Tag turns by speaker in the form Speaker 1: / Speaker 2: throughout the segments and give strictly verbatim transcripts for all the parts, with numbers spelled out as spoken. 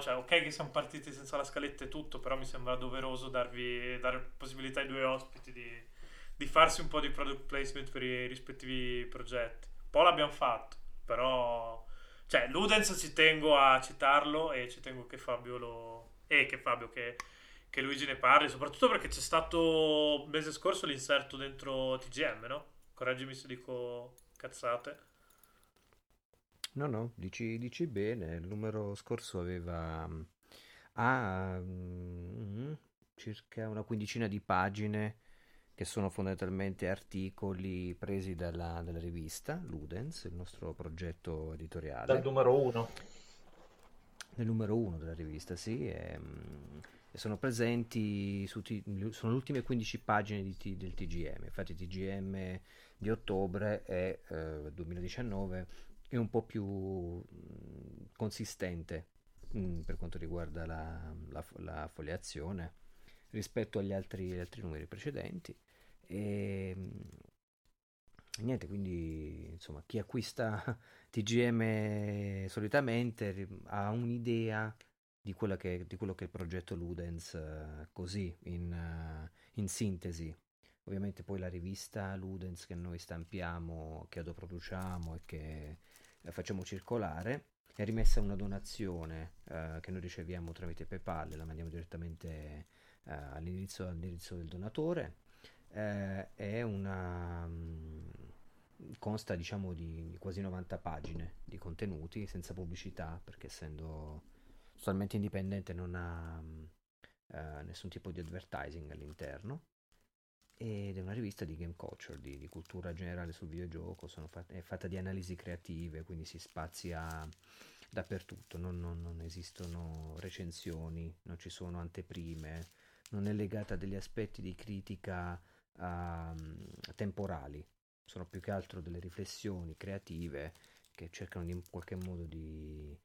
Speaker 1: cioè, ok che siamo partiti senza la scaletta e tutto, però mi sembra doveroso darvi, dare possibilità ai due ospiti di, di farsi un po' di product placement per i rispettivi progetti. Poi l'abbiamo fatto, però... Cioè, Ludens ci tengo a citarlo e ci tengo che Fabio lo... e che Fabio, che, che Luigi ne parli, soprattutto perché c'è stato il mese scorso l'inserto dentro T G M, no? Correggimi se dico cazzate.
Speaker 2: No, no, dici, dici bene, il numero scorso aveva mm, ha, mm, circa una quindicina di pagine che sono fondamentalmente articoli presi dalla, dalla rivista Ludens, il nostro progetto
Speaker 3: Dal
Speaker 2: editoriale,
Speaker 3: numero uno.
Speaker 2: nel numero uno della rivista, sì, e, mm, e sono presenti, su T- sono le ultime quindici pagine di T- del T G M, infatti il T G M di ottobre è eh, duemiladiciannove è un po' più mm, consistente mm, per quanto riguarda la, la, la foliazione rispetto agli altri, agli altri numeri precedenti. E mm, niente, quindi insomma, chi acquista T G M solitamente ri- ha un'idea di, quella che- di quello che è il progetto Ludens, eh, così in, eh, in sintesi. Ovviamente poi la rivista Ludens che noi stampiamo, che autoproduciamo e che eh, facciamo circolare è rimessa una donazione eh, che noi riceviamo tramite PayPal, la mandiamo direttamente eh, all'indirizzo, all'indirizzo del donatore. Eh, è una mm, consta diciamo di, di quasi novanta pagine di contenuti senza pubblicità perché essendo totalmente indipendente non ha mm, eh, nessun tipo di advertising all'interno ed è una rivista di game culture, di, di cultura generale sul videogioco, sono fat- è fatta di analisi creative, quindi si spazia dappertutto, non, non- non esistono recensioni, non ci sono anteprime, non è legata a degli aspetti di critica ah, temporali, sono più che altro delle riflessioni creative che cercano di, in qualche modo di,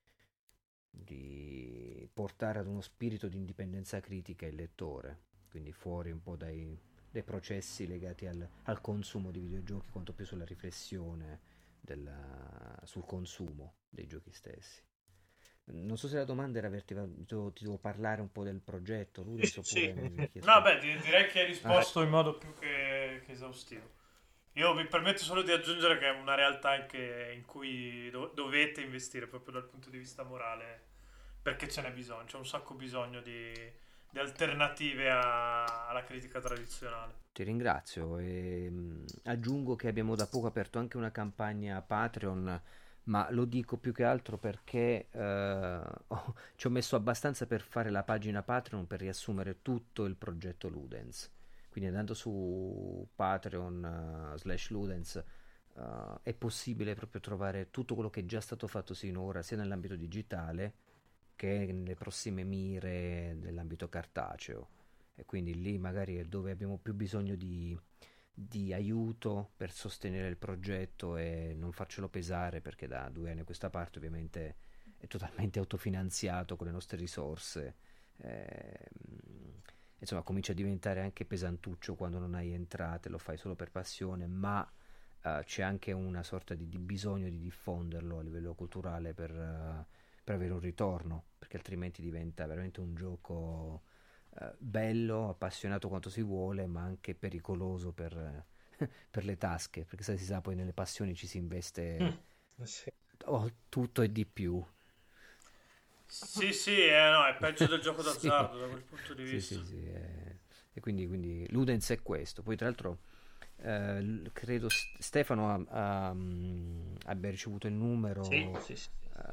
Speaker 2: di portare ad uno spirito di indipendenza critica il lettore, quindi fuori un po' dai, dai processi legati al, al consumo di videogiochi, quanto più sulla riflessione della- sul consumo dei giochi stessi. Non so se la domanda era averti, ti devo, ti devo parlare un po' del progetto
Speaker 3: Sì,
Speaker 2: Ludens
Speaker 3: sì, sì.
Speaker 2: oppure mi avevi
Speaker 1: No,
Speaker 2: chiesto...
Speaker 1: beh, di- direi che hai
Speaker 2: Ah,
Speaker 1: risposto in modo più che, che esaustivo. Io mi permetto solo di aggiungere che è una realtà in, che- in cui do- dovete investire proprio dal punto di vista morale, perché ce n'è bisogno, c'è un sacco bisogno di, di alternative a- alla critica tradizionale.
Speaker 2: ti ringrazio e mh, aggiungo che abbiamo da poco aperto anche una campagna Patreon, ma lo dico più che altro perché eh, ho- ci ho messo abbastanza per fare la pagina Patreon per riassumere tutto il progetto Ludens. Quindi andando su Patreon eh, slash Ludens eh, è possibile proprio trovare tutto quello che è già stato fatto sinora, sia nell'ambito digitale che nelle prossime mire dell'ambito cartaceo e quindi lì magari è dove abbiamo più bisogno di, di aiuto per sostenere il progetto e non farcelo pesare perché da due anni a questa parte ovviamente è totalmente autofinanziato con le nostre risorse. Eh, insomma, comincia a diventare anche pesantuccio quando non hai entrate, lo fai solo per passione, ma eh, c'è anche una sorta di, di bisogno di diffonderlo a livello culturale per, eh, per avere un ritorno, perché altrimenti diventa veramente un gioco eh, bello, appassionato quanto si vuole, ma anche pericoloso per, eh, per le tasche, perché sai, si sa, poi nelle passioni ci si investe
Speaker 3: Mm, sì.
Speaker 2: oh, tutto e di più.
Speaker 1: Sì, sì, eh, no, è peggio del gioco
Speaker 2: Sì,
Speaker 1: d'azzardo da quel punto di
Speaker 2: sì,
Speaker 1: vista.
Speaker 2: sì, sì. eh. E quindi, quindi Ludens è questo. Poi tra l'altro eh, l- credo S- Stefano ha- ha, mm, abbia ricevuto il
Speaker 3: Sì,
Speaker 2: numero,
Speaker 3: sì, sì,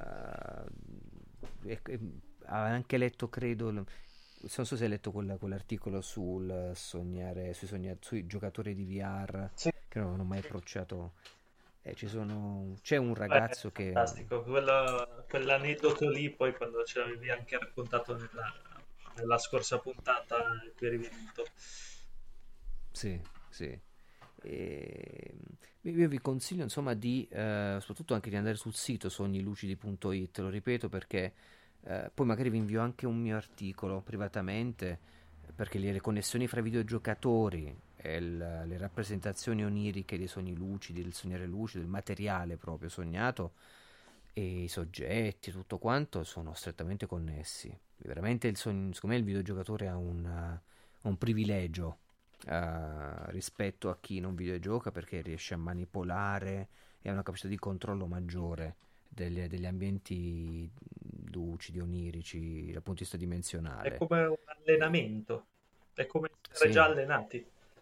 Speaker 2: eh, e- e ha anche letto, credo, l- non so se hai letto quella- quell'articolo sul sognare, sui, sogna- sui giocatori di V R
Speaker 3: sì.
Speaker 2: che non hanno mai
Speaker 3: Sì.
Speaker 2: approcciato. Eh, ci sono, c'è un
Speaker 3: Beh, è
Speaker 2: ragazzo che...
Speaker 3: fantastico. Quello- quell'aneddoto lì, poi quando ce l'avevi anche raccontato nella, nella scorsa puntata in cui eri venuto.
Speaker 2: Sì, sì. E io vi consiglio insomma di, eh, soprattutto anche di andare sul sito sognilucidi punto it, lo ripeto perché eh, poi magari vi invio anche un mio articolo privatamente, perché le, le connessioni fra i videogiocatori e il- le rappresentazioni oniriche dei sogni lucidi, del sognare lucido, il materiale proprio sognato, e i soggetti, tutto quanto sono strettamente connessi. Veramente il sogno, secondo me il videogiocatore ha un, uh, un privilegio uh, rispetto a chi non videogioca, perché riesce a manipolare e ha una capacità di controllo maggiore degli, degli ambienti lucidi, onirici, dal punto di vista
Speaker 3: È
Speaker 2: dimensionale.
Speaker 3: come un allenamento, è come essere
Speaker 2: Sì,
Speaker 3: già allenati.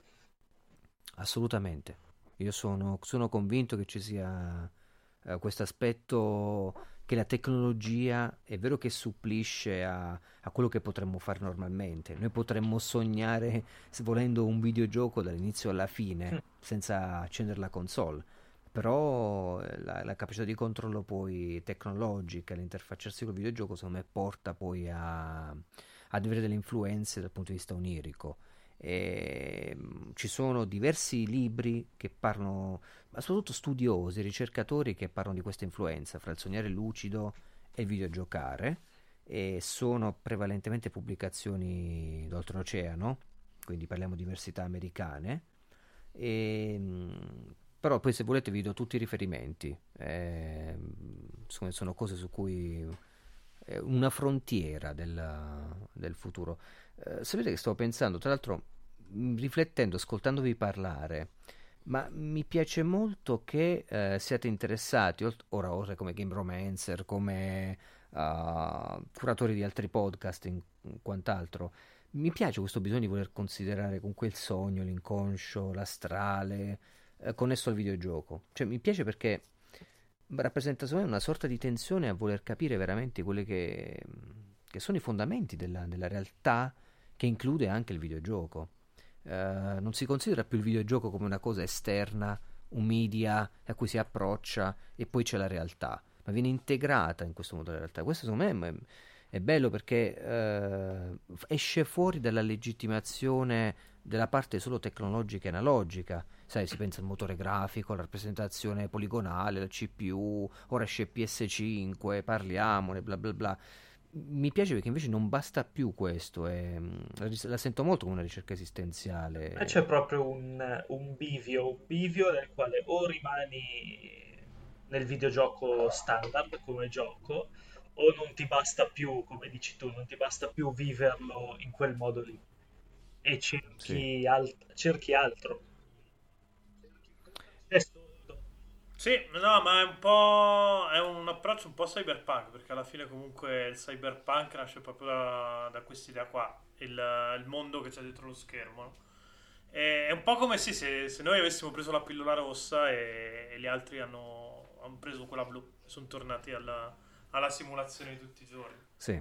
Speaker 2: assolutamente. Io sono, sono convinto che ci sia eh, questo aspetto, che la tecnologia è vero che supplisce a, a quello che potremmo fare normalmente. Noi potremmo sognare, se volendo, un videogioco dall'inizio alla fine, senza accendere la console. Però eh, la, la capacità di controllo poi tecnologica, l'interfacciarsi col videogioco, secondo me porta poi a, ad avere delle influenze dal punto di vista onirico. E, mm, ci sono diversi libri che parlano, ma soprattutto studiosi, ricercatori che parlano di questa influenza fra il sognare lucido e il videogiocare, e sono prevalentemente pubblicazioni d'oltreoceano, quindi parliamo di università americane. E, mh, però poi se volete vi do tutti i riferimenti. Eh, sono, sono cose su cui è una frontiera del, del futuro. Eh, sapete che stavo pensando, tra l'altro, mh, riflettendo, ascoltandovi parlare, ma mi piace molto che eh, siate interessati, olt- ora, ora come Game Romancer, come uh, curatori di altri podcast in, in quant'altro. Mi piace questo bisogno di voler considerare con quel sogno, l'inconscio, l'astrale, eh, connesso al videogioco. Cioè, mi piace perché rappresenta secondo me una sorta di tensione a voler capire veramente quelli che, che sono i fondamenti della, della realtà, che include anche il videogioco. Eh, non si considera più il videogioco come una cosa esterna, un media a cui si approccia e poi c'è la realtà, ma viene integrata in questo modo la realtà. Questo secondo me è, è bello perché eh, esce fuori dalla legittimazione della parte solo tecnologica e analogica. Sai, si pensa al motore grafico, alla rappresentazione poligonale, al C P U, ora esce P S cinque, parliamone, bla bla bla. Mi piace perché invece non basta più questo, e, mm, la, ris- la sento molto come una ricerca
Speaker 3: E c'è
Speaker 2: esistenziale.
Speaker 3: proprio un, un bivio, un bivio nel quale o rimani nel videogioco standard come gioco, o non ti basta più, come dici tu, non ti basta più viverlo in quel modo lì. E
Speaker 2: Sì.
Speaker 3: cerchi, alt- cerchi altro. È sotto.
Speaker 1: Sì, no, ma è un po'. È un approccio un po' cyberpunk, perché alla fine comunque il cyberpunk nasce proprio da, da quest'idea qua, il, il mondo che c'è dietro lo schermo, no? E è un po' come sì, se, se noi avessimo preso la pillola rossa e, e gli altri hanno, hanno preso quella blu e sono tornati alla, alla simulazione di tutti i giorni.
Speaker 2: Sì.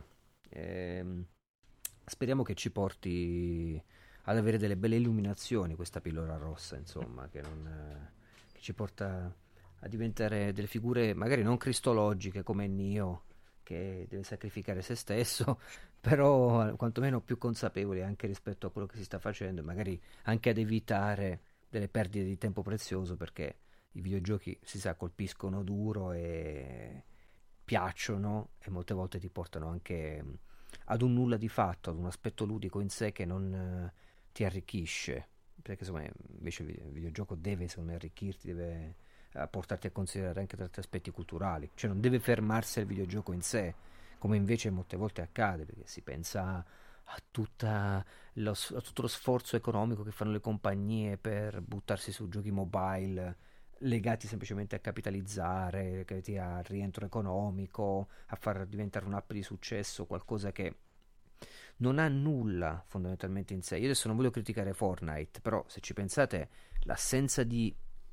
Speaker 2: Ehm, speriamo che ci porti ad avere delle belle illuminazioni questa pillola rossa, insomma, che, non, eh, che ci porta a diventare delle figure magari non cristologiche come Neo, che deve sacrificare se stesso, però eh, quantomeno più consapevoli anche rispetto a quello che si sta facendo, e magari anche ad evitare delle perdite di tempo prezioso, perché i videogiochi, si sa, colpiscono duro e piacciono, e molte volte ti portano anche mh, ad un nulla di fatto, ad un aspetto ludico in sé che non eh, ti arricchisce. Perché insomma, invece il vi- il videogioco deve, secondo me, arricchirti, deve eh, portarti a considerare anche altri aspetti culturali. Cioè non deve fermarsi al videogioco in sé, come invece molte volte accade, perché si pensa a, tutta lo, s- a tutto lo sforzo economico che fanno le compagnie per buttarsi su giochi mobile legati semplicemente a capitalizzare, legati al rientro economico, a far diventare un'app di successo, qualcosa che non ha nulla fondamentalmente in sé. Io adesso non voglio criticare Fortnite, però se ci pensate, l'assenza di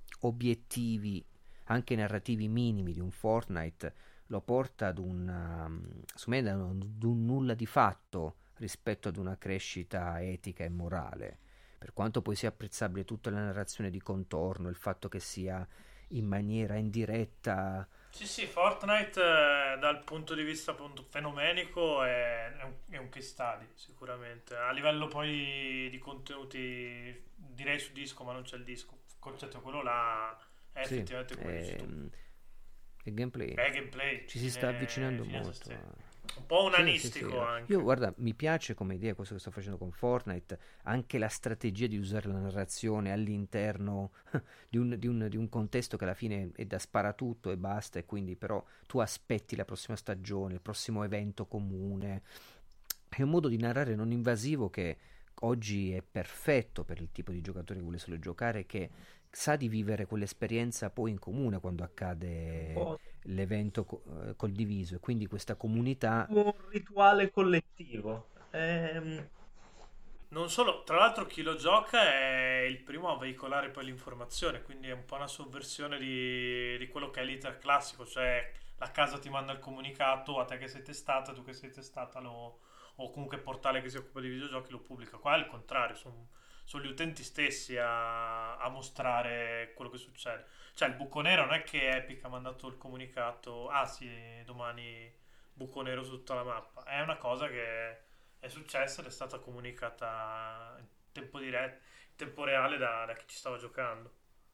Speaker 2: obiettivi anche narrativi minimi di un Fortnite lo porta ad un, um, secondo me, ad un nulla di fatto rispetto ad una crescita etica e morale. Per quanto poi sia apprezzabile tutta la narrazione di contorno, il fatto che sia in maniera indiretta.
Speaker 1: Sì, sì, Fortnite eh, dal punto di vista appunto fenomenico è, è un, è un case study sicuramente. A livello poi di contenuti direi su disco, ma non c'è il disco. Il concetto è quello là, è
Speaker 2: Sì,
Speaker 1: effettivamente come dici tu.
Speaker 2: ehm, il gameplay
Speaker 1: È gameplay,
Speaker 2: ci si sta
Speaker 1: fine,
Speaker 2: avvicinando
Speaker 1: fine a se
Speaker 2: molto
Speaker 1: stesso.
Speaker 2: a,
Speaker 1: un po'
Speaker 2: Sì, sì, sì.
Speaker 1: unanistico
Speaker 2: Io,
Speaker 1: anche.
Speaker 2: guarda, mi piace come idea questo che sto facendo con Fortnite, anche la strategia di usare la narrazione all'interno di un, di un- di un contesto che alla fine è da sparatutto e basta, e quindi però tu aspetti la prossima stagione, il prossimo evento comune. È un modo di narrare non invasivo che oggi è perfetto per il tipo di giocatore che vuole solo giocare, che sa di vivere quell'esperienza poi in comune quando
Speaker 3: Un
Speaker 2: accade
Speaker 3: po'
Speaker 2: l'evento co- eh, col diviso, e quindi questa comunità.
Speaker 3: un rituale collettivo. Ehm,
Speaker 1: Non solo, tra l'altro chi lo gioca è il primo a veicolare poi l'informazione, quindi è un po' una sovversione di, di quello che è l'iter classico, cioè la casa ti manda il comunicato, a te che sei testata, tu che sei testata, lo, o comunque il portale che si occupa di videogiochi lo pubblica. Qua è il contrario, sono, sono gli utenti stessi a, a mostrare quello che succede. Cioè il buco nero non è che Epic ha mandato il comunicato, ah sì, domani buco nero su tutta la mappa, è una cosa che è successa ed è stata comunicata in tempo diretto, in tempo reale da, da chi ci stava giocando.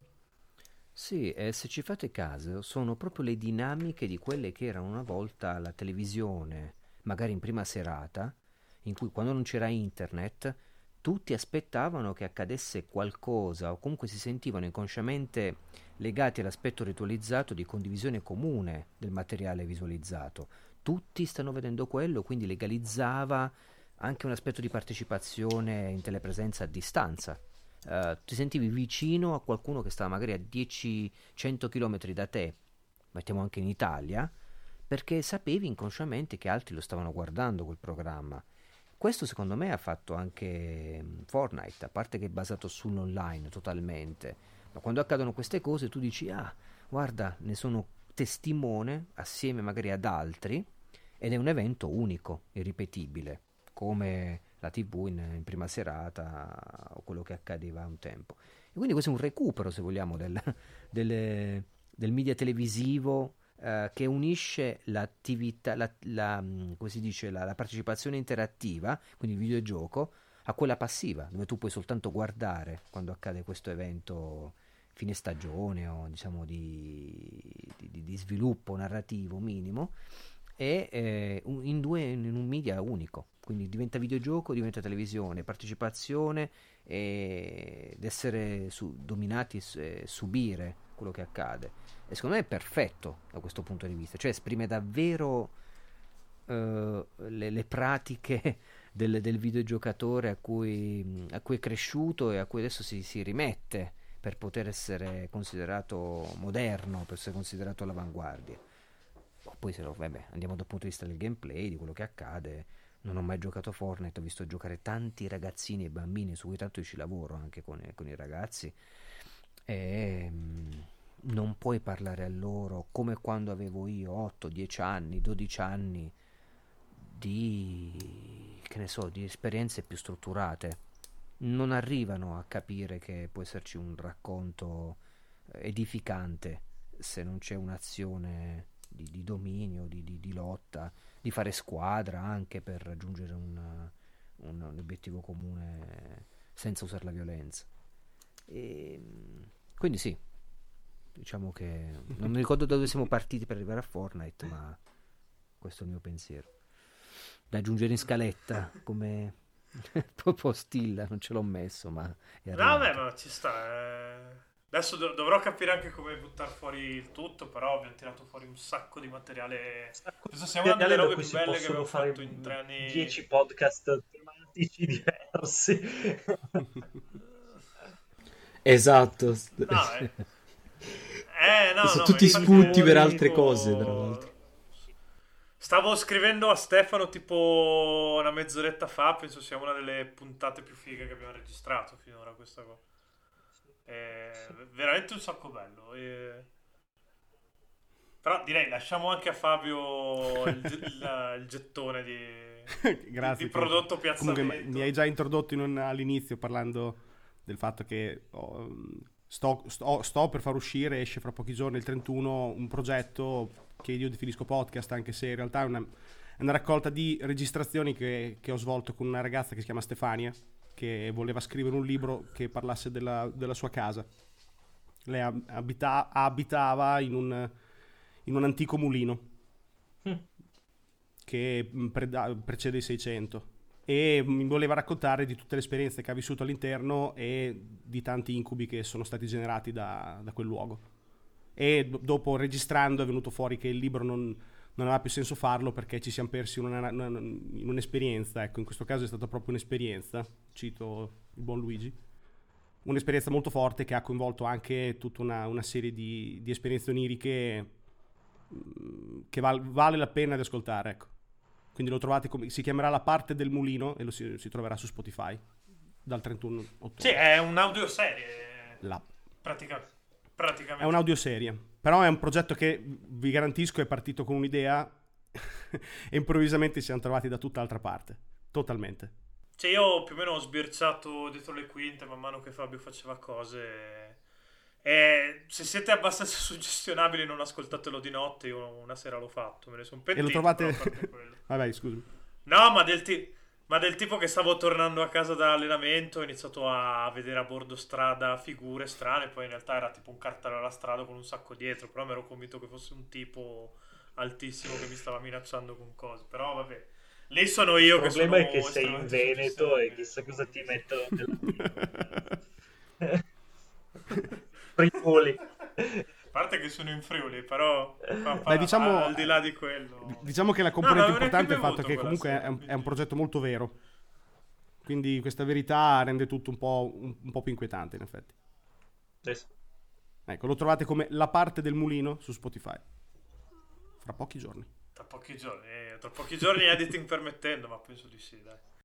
Speaker 2: Sì, e se ci fate caso, sono proprio le dinamiche di quelle che erano una volta la televisione, magari in prima serata, in cui quando non c'era internet, tutti aspettavano che accadesse qualcosa o comunque si sentivano inconsciamente legati all'aspetto ritualizzato di condivisione comune del materiale visualizzato. Tutti stanno vedendo quello, quindi legalizzava anche un aspetto di partecipazione in telepresenza a distanza. Eh, ti sentivi vicino a qualcuno che stava magari a dieci cento km da te, mettiamo anche in Italia, perché sapevi inconsciamente che altri lo stavano guardando quel programma. Questo secondo me ha fatto anche mm, Fortnite, a parte che è basato sull'online totalmente, ma quando accadono queste cose tu dici, ah, guarda, ne sono testimone assieme magari ad altri, ed è un evento unico, irripetibile, come la T V in, in prima serata o quello che accadeva un tempo. E quindi questo è un recupero, se vogliamo, del, del, del media televisivo, eh, che unisce l'attività, la, la, mm, come si dice, la, la partecipazione interattiva, quindi il videogioco, a quella passiva, dove tu puoi soltanto guardare quando accade questo evento fine stagione o diciamo di, di, di sviluppo narrativo minimo, e eh, un- in due in un media unico, quindi diventa videogioco, diventa televisione, partecipazione, e- ed essere su- dominati e subire quello che accade. E secondo me è perfetto da questo punto di vista, cioè esprime davvero eh, le, le pratiche del, del videogiocatore a cui, a cui è cresciuto e a cui adesso si, si rimette per poter essere considerato moderno, per essere considerato all'avanguardia. Poi se lo, vabbè, andiamo dal punto di vista del gameplay, di quello che accade. Non ho mai giocato a Fortnite, ho visto giocare tanti ragazzini e bambini, su cui tanto io ci lavoro anche con, con i ragazzi, e mm, non puoi parlare a loro come quando avevo io otto, dieci anni, dodici anni di, che ne so, di esperienze più strutturate. Non arrivano a capire che può esserci un racconto eh, edificante se non c'è un'azione di, di dominio, di, di- di lotta, di fare squadra anche per raggiungere un, un- un obiettivo comune senza usare la violenza. E, quindi sì, diciamo che non mi ricordo da dove siamo partiti per arrivare a Fortnite, ma questo è il mio pensiero. Da aggiungere in scaletta come postilla, non ce l'ho messo, ma è
Speaker 1: No, vabbè,
Speaker 2: arrivato.
Speaker 1: ma ci sta. eh. Adesso dov- dovrò capire anche come buttare fuori il tutto, però abbiamo tirato fuori un sacco di materiale.
Speaker 3: sacco
Speaker 1: Penso
Speaker 3: di
Speaker 1: sia una delle
Speaker 3: materiale da
Speaker 1: robe
Speaker 3: cui
Speaker 1: più
Speaker 3: si
Speaker 1: belle che
Speaker 3: possono
Speaker 1: abbiamo
Speaker 3: fare
Speaker 1: fatto in tre anni.
Speaker 3: dieci podcast tematici diversi.
Speaker 4: Esatto.
Speaker 1: No, eh. Eh, no,
Speaker 4: Sono
Speaker 1: no, ma
Speaker 4: tutti
Speaker 1: infatti
Speaker 4: spunti per
Speaker 1: è
Speaker 4: altre cose, tra l'altro.
Speaker 1: tipo. Stavo scrivendo a Stefano tipo una mezz'oretta fa, penso sia una delle puntate più fighe che abbiamo registrato finora questa qua. È veramente un sacco bello. E- Però direi lasciamo anche a Fabio il, il- il gettone di, di- di
Speaker 5: Grazie Pietro.
Speaker 1: prodotto
Speaker 5: Comunque ma- mi hai
Speaker 1: piazzamento.
Speaker 5: già introdotto in un- all'inizio parlando del fatto che ho- sto, sto- sto per far uscire, esce fra pochi giorni, il trentuno, un progetto che io definisco podcast, anche se in realtà è una, è una raccolta di registrazioni che, che ho svolto con una ragazza che si chiama Stefania, che voleva scrivere un libro che parlasse della, della sua casa. Lei ab- abita- abitava in un, in un antico mulino che mh, preda- precede i seicento, e mi voleva raccontare di tutte le esperienze che ha vissuto all'interno e di tanti incubi che sono stati generati da, da quel luogo. E do- dopo, registrando, è venuto fuori che il libro non, non aveva più senso farlo perché ci siamo persi in, una- una- in un'esperienza. Ecco, in questo caso è stata proprio un'esperienza, cito il buon Luigi, un'esperienza molto forte che ha coinvolto anche tutta una, una serie di, di esperienze oniriche mh, che val- vale la pena di ascoltare, ecco. Quindi lo trovate come, si chiamerà La parte del mulino e lo si, si troverà su Spotify dal trentuno ottobre.
Speaker 1: Sì, è un'audioserie.
Speaker 5: La-
Speaker 1: Pratica- praticamente.
Speaker 5: È un'audioserie, però è un progetto che vi garantisco è partito con un'idea e improvvisamente ci siamo trovati da tutt'altra parte, totalmente.
Speaker 1: Cioè, io più o meno ho sbirciato dietro le quinte man mano che Fabio faceva cose. E se siete abbastanza suggestionabili, non ascoltatelo di notte. Io una sera l'ho fatto, me ne sono
Speaker 5: E
Speaker 1: pentito.
Speaker 5: lo trovate...
Speaker 1: però a parte quello.
Speaker 5: Vabbè, scusami.
Speaker 1: No, ma del, ti- ma del tipo che stavo tornando a casa da allenamento, ho iniziato a vedere a bordo strada figure strane, poi in realtà era tipo un cartello alla strada con un sacco dietro, però mi ero convinto che fosse un tipo altissimo che mi stava minacciando con cose. Però vabbè, lì sono io
Speaker 3: Il
Speaker 1: che sono
Speaker 3: problema è che sei in
Speaker 1: estremamente
Speaker 3: Veneto e
Speaker 1: suggestionabile.
Speaker 3: chissà cosa ti mettono nella... Friuli.
Speaker 1: A parte che sono in Friuli, però fa- fa-
Speaker 5: Beh, diciamo,
Speaker 1: al di là di quello.
Speaker 5: diciamo che la
Speaker 1: No,
Speaker 5: componente
Speaker 1: non avevo
Speaker 5: importante è il
Speaker 1: neanche
Speaker 5: fatto che
Speaker 1: bevuto
Speaker 5: comunque
Speaker 1: quella
Speaker 5: è un,
Speaker 1: sera,
Speaker 5: è un
Speaker 1: quindi-
Speaker 5: progetto molto vero. Quindi questa verità rende tutto un po', un, un po' più inquietante, in effetti.
Speaker 3: Adesso.
Speaker 5: Ecco, lo trovate come La parte del mulino su Spotify. Fra pochi giorni.
Speaker 1: Tra pochi giorni, eh, tra pochi giorni editing permettendo, ma penso di sì, dai.